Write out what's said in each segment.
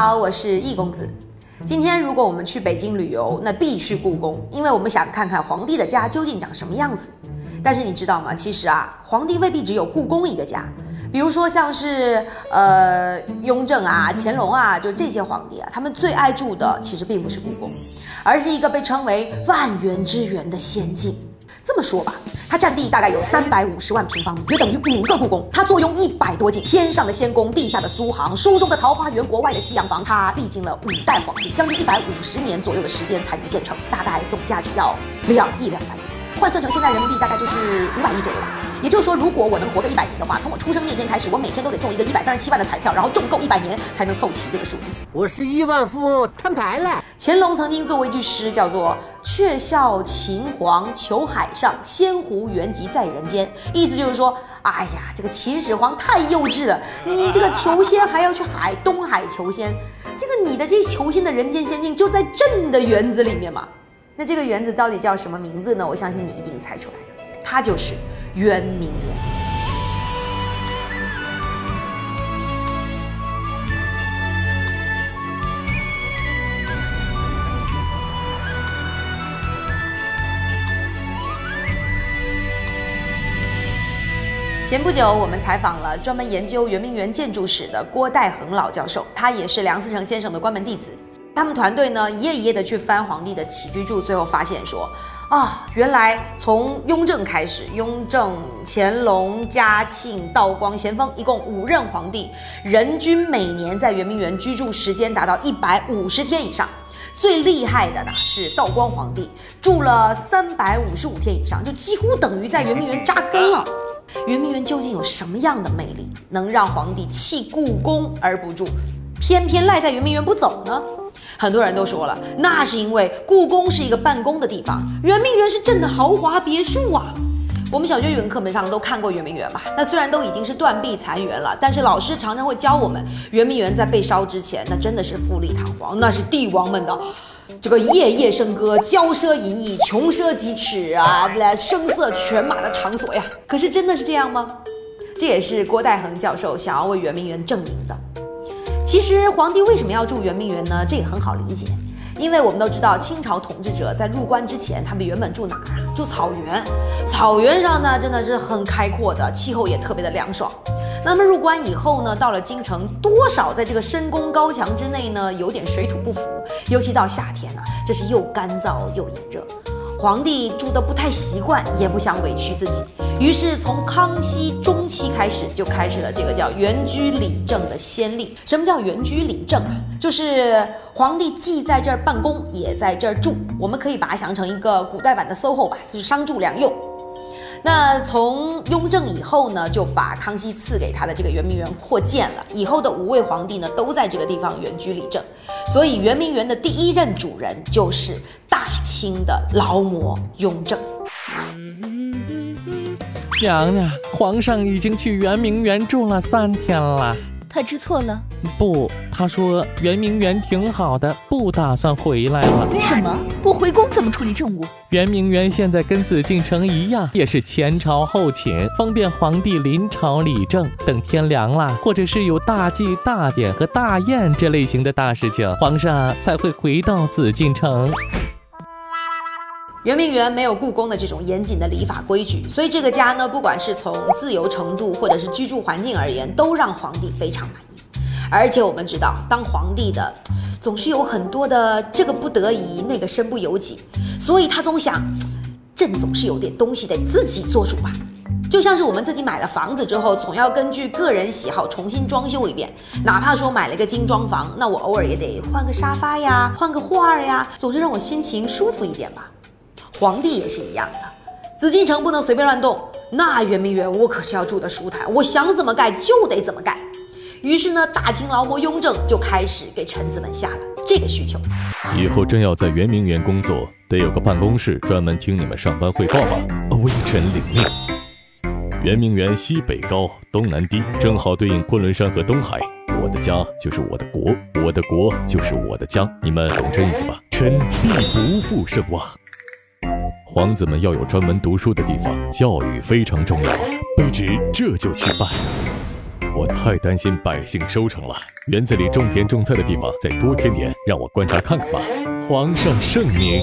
好，我是易公子。今天如果我们去北京旅游，那必去故宫，因为我们想看看皇帝的家究竟长什么样子。但是你知道吗？其实啊，皇帝未必只有故宫一个家。比如说像是雍正啊、乾隆啊，就这些皇帝啊，他们最爱住的其实并不是故宫，而是一个被称为万园之园的仙境。这么说吧，它占地大概有350万平方米，约等于5个故宫。它坐拥100多景，天上的仙宫，地下的苏杭，书中的桃花源，国外的西洋房。它历经了5代皇帝，将近150年左右的时间才能建成，大概总价值要2亿200万，换算成现在人民币大概就是500亿左右吧。也就是说，如果我能活个100年的话，从我出生那天开始，我每天都得中一个137万的彩票，然后中够100年才能凑齐这个数字。 我是亿万富翁，摊牌了。 乾隆曾经作为一句诗，叫做“却笑秦皇求海上，仙湖原籍在人间”，意思就是说，哎呀，这个秦始皇太幼稚了，你这个求仙还要去东海求仙，这个你的这求仙的人间仙境就在朕的园子里面嘛。那这个园子到底叫什么名字呢？我相信你一定猜出来了，它就是圆明园。前不久，我们采访了专门研究圆明园建筑史的郭代恒老教授，他也是梁思成先生的关门弟子。他们团队呢，一页一页的去翻皇帝的起居注，最后发现说，原来从雍正开始，雍正、乾隆、嘉庆、道光、咸丰，一共5任皇帝，人均每年在圆明园居住时间达到150天以上。最厉害的呢是道光皇帝，住了355天以上，就几乎等于在圆明园扎根了。圆明园究竟有什么样的魅力，能让皇帝弃故宫而不住，偏偏赖在圆明园不走呢？很多人都说了，那是因为故宫是一个办公的地方，圆明园是朕的豪华别墅啊。我们小学语文课本上都看过圆明园嘛，那虽然都已经是断壁残垣了，但是老师常常会教我们，圆明园在被烧之前，那真的是富丽堂皇，那是帝王们的这个夜夜笙歌、骄奢淫逸、穷奢极侈啊，声色犬马的场所呀。可是真的是这样吗？这也是郭代恒教授想要为圆明园证明的。其实皇帝为什么要住圆明园呢？这也很好理解，因为我们都知道清朝统治者在入关之前，他们原本住哪儿啊？住草原。草原上呢，真的是很开阔的，气候也特别的凉爽。那么入关以后呢，到了京城，多少在这个深宫高墙之内呢，有点水土不服，尤其到夏天啊，这是又干燥又炎热。皇帝住得不太习惯，也不想委屈自己，于是从康熙中期开始，就开始了这个叫原居里政的先例。什么叫原居里政啊？就是皇帝既在这儿办公，也在这儿住。我们可以把它想成一个古代版的 SOHO 吧，就是商住两用。那从雍正以后呢，就把康熙赐给他的这个圆明园扩建了。以后的5位皇帝呢，都在这个地方原居里政，所以圆明园的第1任主人就是大清的劳模雍正。 娘娘，皇上已经去圆明园住了3天了。 他知错了？ 不，他说圆明园挺好的，不打算回来了。 什么？不回宫怎么处理政务？ 圆明园现在跟紫禁城一样，也是前朝后寝，方便皇帝临朝理政。等天凉了，或者是有大祭、大典和大宴这类型的大事情，皇上才会回到紫禁城。 圆明园没有故宫的这种严谨的礼法规矩，所以这个家呢，不管是从自由程度或者是居住环境而言，都让皇帝非常满意。而且我们知道，当皇帝的总是有很多的这个不得已，那个身不由己，所以他总想，朕总是有点东西得自己做主吧。就像是我们自己买了房子之后，总要根据个人喜好重新装修一遍，哪怕说买了个精装房，那我偶尔也得换个沙发呀，换个画呀，总是让我心情舒服一点吧。皇帝也是一样的，紫禁城不能随便乱动，那圆明园我可是要住得舒坦，我想怎么盖就得怎么盖。于是呢，大清劳模雍正就开始给臣子们下了这个需求： 以后真要在圆明园工作，得有个办公室专门听你们上班汇报吧。微臣领命。圆明园西北高，东南低，正好对应昆仑山和东海。我的家就是我的国，我的国就是我的家，你们懂这意思吧？臣必不负圣望。皇子们要有专门读书的地方，教育非常重要。卑职这就去办。 我太担心百姓收成了，园子里种田种菜的地方再多添点，让我观察看看吧。皇上圣明。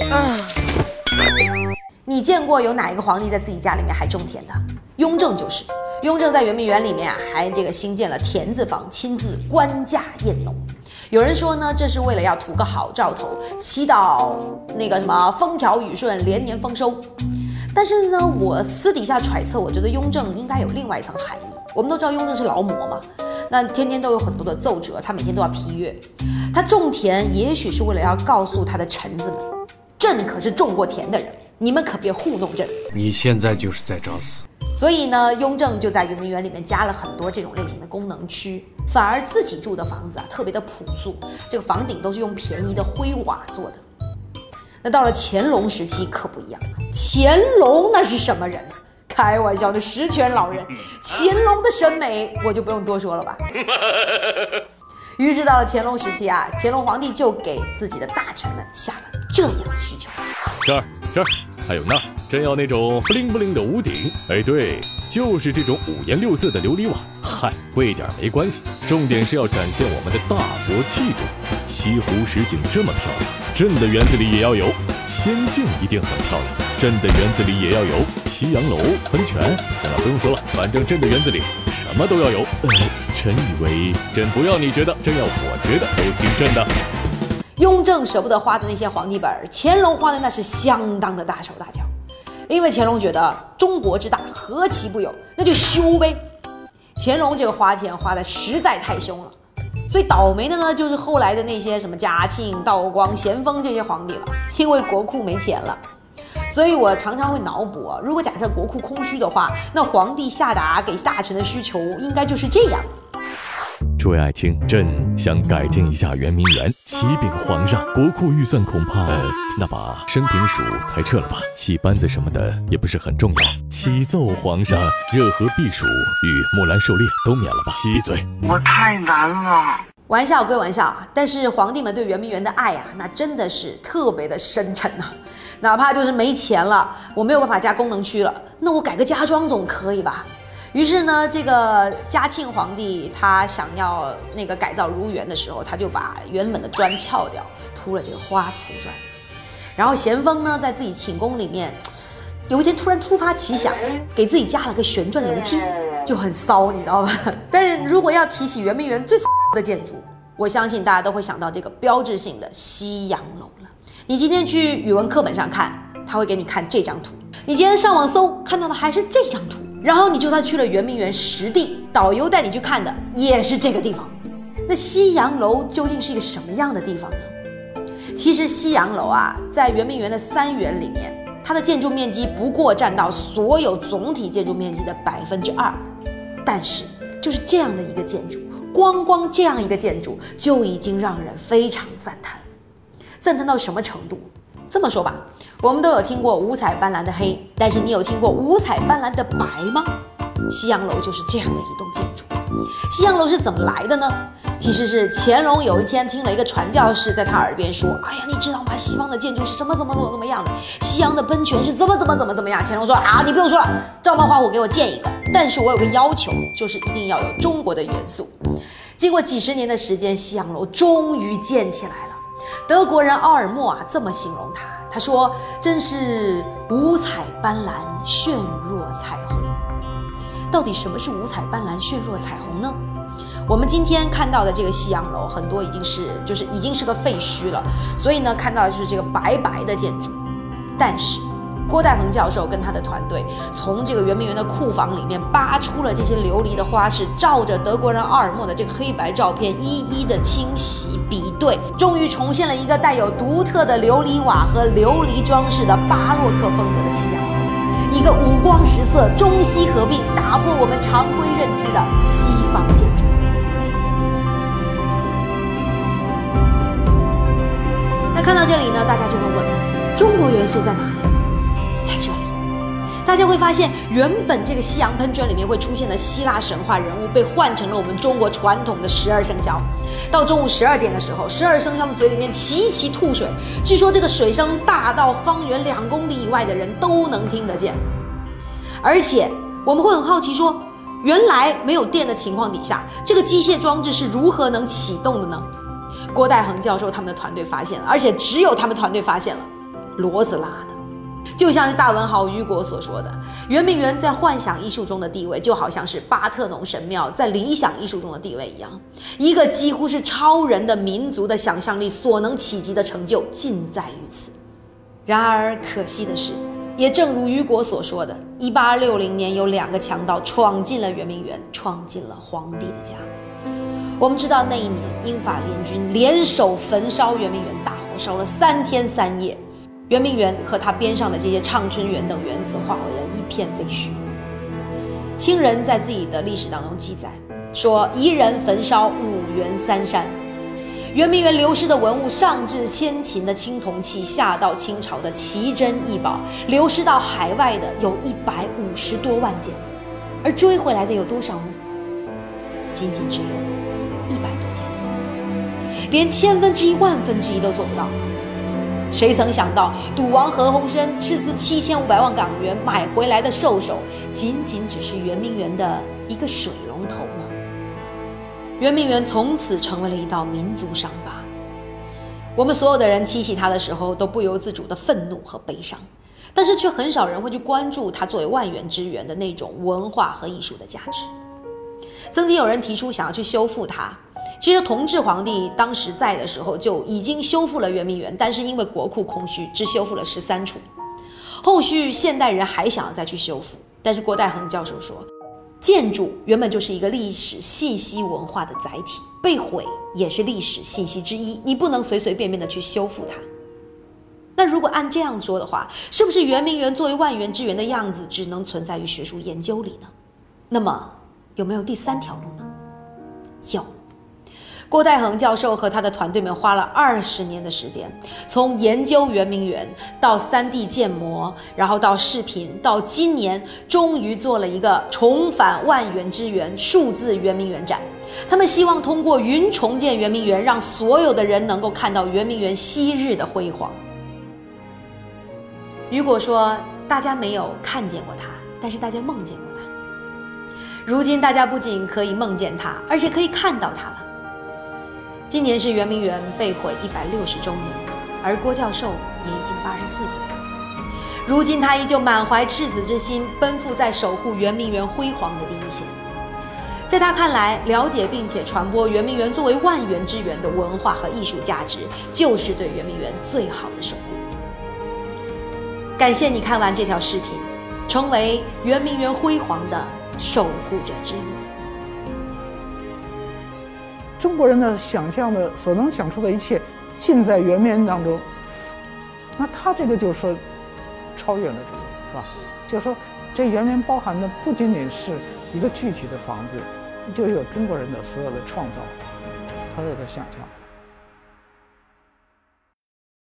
你见过有哪一个皇帝在自己家里面还种田的？雍正就是。雍正在圆明园里面还新建了田字坊，亲自官驾验农。有人说呢，这是为了要图个好兆头，祈祷风调雨顺，连年丰收。但是呢，我私底下揣测，我觉得雍正应该有另外一层含义。我们都知道雍正是劳模嘛，那天天都有很多的奏折，他每天都要批阅。他种田也许是为了要告诉他的臣子们，朕可是种过田的人，你们可别糊弄朕。 你现在就是在找死。 所以呢，雍正就在圆明园里面加了很多这种类型的功能区，反而自己住的房子特别的朴素，这个房顶都是用便宜的灰瓦做的。那到了乾隆时期可不一样了，乾隆那是什么人啊？开玩笑的十全老人，乾隆的审美我就不用多说了吧。于是到了乾隆时期乾隆皇帝就给自己的大臣们下了这样的需求： 这儿，还有那儿，真要那种不灵不灵的屋顶。哎，对，就是这种五颜六色的琉璃瓦。嗨，贵点没关系，重点是要展现我们的大国气度。西湖十景这么漂亮，朕的园子里也要有。仙境一定很漂亮，朕的园子里也要有。西洋楼、喷泉，行了，不用说了，反正朕的园子里什么都要有。臣以为，朕不要你觉得，朕要我觉得，都听朕的。 雍正舍不得花的那些皇帝本，乾隆花的那是相当的大手大脚，因为乾隆觉得中国之大，何其不有，那就修呗。乾隆这个花钱花的实在太凶了，所以倒霉的呢就是后来的那些什么嘉庆、道光、咸丰这些皇帝了，因为国库没钱了。所以我常常会脑补如果假设国库空虚的话，那皇帝下达给大臣的需求应该就是这样。 诸位爱卿，朕想改建一下圆明园，启禀皇上，国库预算恐怕……那把生平署裁撤了吧，戏班子什么的也不是很重要。启奏皇上，热河避暑与木兰狩猎都免了吧。七嘴， 我太难了。 玩笑归玩笑，但是皇帝们对圆明园的爱那真的是特别的深沉哪怕就是没钱了，我没有办法加功能区了，那我改个家装总可以吧？于是呢，这个嘉庆皇帝他想要改造如园的时候，他就把原本的砖撬掉，铺了这个花瓷砖。然后咸丰呢，在自己寝宫里面，有一天突发奇想，给自己加了个旋转楼梯，就很骚，你知道吧？但是如果要提起圆明园最的建筑，我相信大家都会想到这个标志性的西洋楼了。你今天去语文课本上看，他会给你看这张图；你今天上网搜看到的还是这张图。然后你就算去了圆明园实地，导游带你去看的也是这个地方。那西洋楼究竟是一个什么样的地方呢？其实西洋楼在圆明园的3园里面，它的建筑面积不过占到所有总体建筑面积的2%。但是就是这样的一个建筑，光这样一个建筑就已经让人非常赞叹。赞叹到什么程度？这么说吧，我们都有听过五彩斑斓的黑，但是你有听过五彩斑斓的白吗？西洋楼就是这样的一栋建筑。西洋楼是怎么来的呢？其实是乾隆有一天听了一个传教士在他耳边说：“哎呀，你知道吗？西方的建筑是什么怎么样的？西洋的喷泉是怎么样？”乾隆说：“你不用说了，照漫画我给我建一个，但是我有个要求，就是一定要有中国的元素。”经过几十年的时间，西洋楼终于建起来了。德国人奥尔默这么形容它，他说：“真是五彩斑斓，炫若彩虹。”到底什么是五彩斑斓、炫若彩虹呢？我们今天看到的这个西洋楼，很多已经是个废墟了，所以呢，看到的就是这个白白的建筑。但是郭代恒教授跟他的团队从这个圆明园的库房里面扒出了这些琉璃的花式，照着德国人奥尔默的这个黑白照片一一的清洗比对，终于重现了一个带有独特的琉璃瓦和琉璃装饰的巴洛克风格的西洋楼，一个五光十色、中西合并、打破我们常规认知的西方建筑。那看到这里呢，大家就会问：中国元素在哪里？在这里，大家会发现，原本这个西洋喷泉里面会出现的希腊神话人物，被换成了我们中国传统的12生肖。到中午12点的时候，12生肖的嘴里面齐齐吐水，据说这个水声大到方圆2公里以外的人都能听得见。而且我们会很好奇说， 原来没有电的情况底下，这个机械装置是如何能启动的呢？郭代衡教授他们的团队发现了，而且只有他们团队发现了，骡子拉的。就像是大文豪雨果所说的，圆明园在幻想艺术中的地位，就好像是巴特农神庙在理想艺术中的地位一样，一个几乎是超人的民族的想象力所能企及的成就，尽在于此。然而可惜的是，也正如雨果所说的，1860年有2个强盗闯进了圆明园，闯进了皇帝的家。我们知道那一年英法联军联手焚烧圆明园，大火烧了3天3夜，圆明园和它边上的这些畅春园等园子化为了一片废墟。清人在自己的历史当中记载说，一人焚烧5园3山。圆明园流失的文物，上至先秦的青铜器，下到清朝的奇珍异宝，流失到海外的有150多万件，而追回来的有多少呢？仅仅只有100多件，连1/1000、1/1000都做不到。谁曾想到，赌王何鸿燊斥资7500万港元买回来的兽首，仅仅只是圆明园的一个水龙头呢？圆明园从此成为了一道民族伤疤。我们所有的人提起它的时候，都不由自主的愤怒和悲伤，但是却很少人会去关注它作为万园之园的那种文化和艺术的价值。曾经有人提出想要去修复它，其实同治皇帝当时在的时候就已经修复了圆明园，但是因为国库空虚，只修复了13处。后续现代人还想要再去修复，但是郭代衡教授说，建筑原本就是一个历史信息文化的载体，被毁也是历史信息之一，你不能随随便便的去修复它。那如果按这样说的话，是不是圆明园作为万园之园的样子只能存在于学术研究里呢？那么有没有第3条路呢？有。郭代衡教授和他的团队们花了20年的时间，从研究圆明园到3D 建模，然后到视频，到今年终于做了一个重返万园之园数字圆明园展。他们希望通过云重建圆明园，让所有的人能够看到圆明园昔日的辉煌。雨果说，大家没有看见过它，但是大家梦见过它。如今大家不仅可以梦见它，而且可以看到它了。今年是圆明园被毁160周年，而郭教授也已经84岁。如今他依旧满怀赤子之心，奔赴在守护圆明园辉煌的第一线。在他看来，了解并且传播圆明园作为万园之园的文化和艺术价值，就是对圆明园最好的守护。感谢你看完这条视频，成为圆明园辉煌的守护者之一。 中国人的想象的所能想出的一切，尽在圆明园当中。那他这个就是说，超越了这个，是吧？就是说，这圆明园包含的不仅仅是一个具体的房子，就有中国人的所有的创造，所有的想象。